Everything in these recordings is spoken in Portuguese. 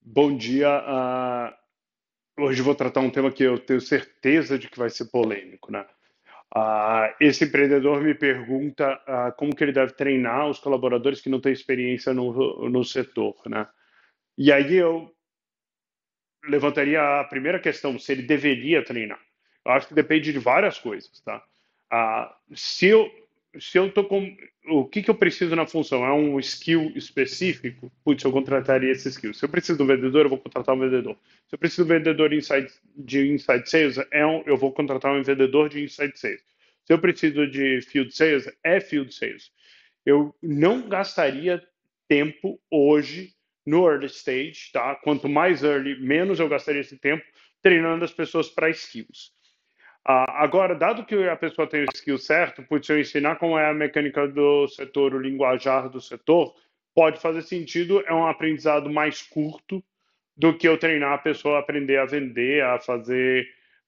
Bom dia. Hoje eu vou tratar um tema que eu tenho certeza de que vai ser polêmico, né? Esse empreendedor me pergunta como que ele deve treinar os colaboradores que não têm experiência no setor, né? E aí eu levantaria a primeira questão, se ele deveria treinar. Eu acho que depende de várias coisas, tá? Se eu tô com o que eu preciso na função é um skill específico, putz, eu contrataria esse skill. Se eu preciso de um vendedor, eu vou contratar um vendedor. Se eu preciso de um vendedor de inside sales, eu vou contratar um vendedor de inside sales. Se eu preciso de field sales, é field sales. Eu não gastaria tempo hoje no early stage, tá? Quanto mais early, menos eu gastaria esse tempo treinando as pessoas para skills. Agora, dado que a pessoa tem o skill certo, putz, se eu ensinar como é a mecânica do setor, o linguajar do setor, pode fazer sentido, é um aprendizado mais curto do que eu treinar a pessoa a aprender a vender, a fazer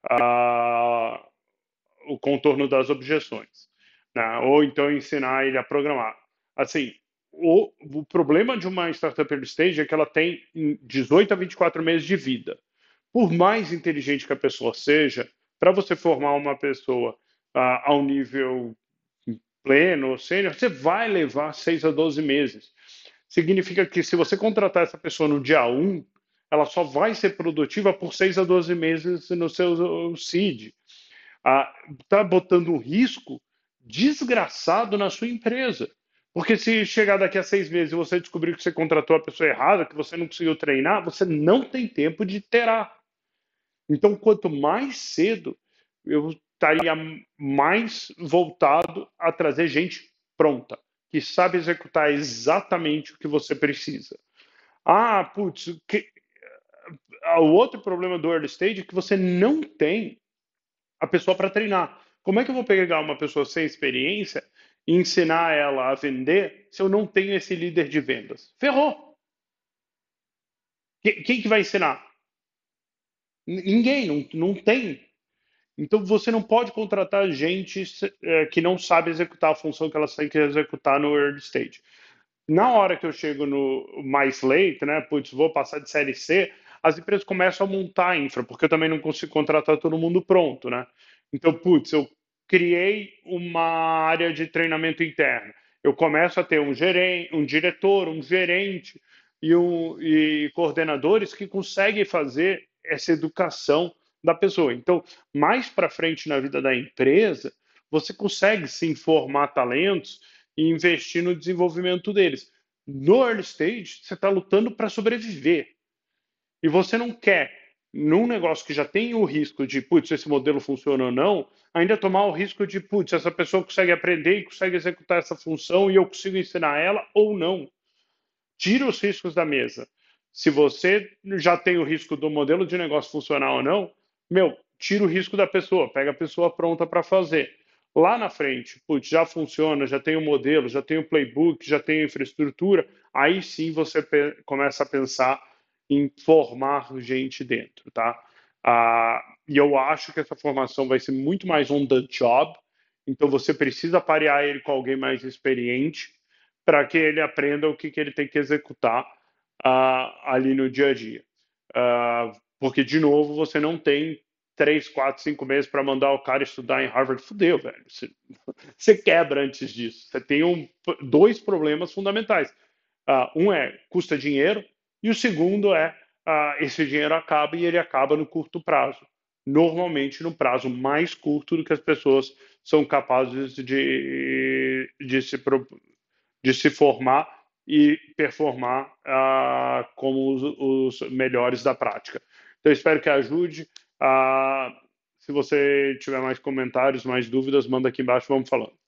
ah, o contorno das objeções, né? Ou então ensinar ele a programar. Assim, o problema de uma startup early stage é que ela tem 18 a 24 meses de vida. Por mais inteligente que a pessoa seja, para você formar uma pessoa ao nível pleno ou sênior, você vai levar 6 a 12 meses. Significa que se você contratar essa pessoa no dia um, ela só vai ser produtiva por 6 a 12 meses no seu seed. Está botando um risco desgraçado na sua empresa. Porque se chegar daqui a 6 meses e você descobrir que você contratou a pessoa errada, que você não conseguiu treinar, você não tem tempo de iterar. Então, quanto mais cedo, eu estaria mais voltado a trazer gente pronta, que sabe executar exatamente o que você precisa. Putz, o outro problema do early stage é que você não tem a pessoa para treinar. Como é que eu vou pegar uma pessoa sem experiência e ensinar ela a vender se eu não tenho esse líder de vendas? Ferrou! Quem que vai ensinar? Ninguém, não tem. Então você não pode contratar gente que não sabe executar a função que elas têm que executar no early stage. Na hora que eu chego no mais late, né, putz, vou passar de série C, as empresas começam a montar a infra, porque eu também não consigo contratar todo mundo pronto, né? Então, putz, eu criei uma área de treinamento interno. Eu começo a ter um gerente, um diretor, um gerente e coordenadores que conseguem fazer essa educação da pessoa. Então, mais para frente na vida da empresa, você consegue sim formar talentos e investir no desenvolvimento deles. No early stage, você está lutando para sobreviver. E você não quer, num negócio que já tem o risco de, putz, esse modelo funciona ou não, ainda tomar o risco de, putz, essa pessoa consegue aprender e consegue executar essa função e eu consigo ensinar ela ou não. Tira os riscos da mesa. Se você já tem o risco do modelo de negócio funcionar ou não, tira o risco da pessoa, pega a pessoa pronta para fazer. Lá na frente, putz, já funciona, já tem o modelo, já tem o playbook, já tem a infraestrutura, aí sim você começa a pensar em formar gente dentro, tá? E eu acho que essa formação vai ser muito mais on the job, então você precisa parear ele com alguém mais experiente para que ele aprenda o que ele tem que executar ali no dia a dia. Porque, de novo, você não tem 3, 4, 5 meses para mandar o cara estudar em Harvard. Fudeu, velho. Você quebra antes disso. Você tem dois problemas fundamentais. Um é custa dinheiro e o segundo é esse dinheiro acaba e ele acaba no curto prazo. Normalmente no prazo mais curto do que as pessoas são capazes de se formar e performar como os melhores da prática. Então, espero que ajude. Se você tiver mais comentários, mais dúvidas, manda aqui embaixo, vamos falando.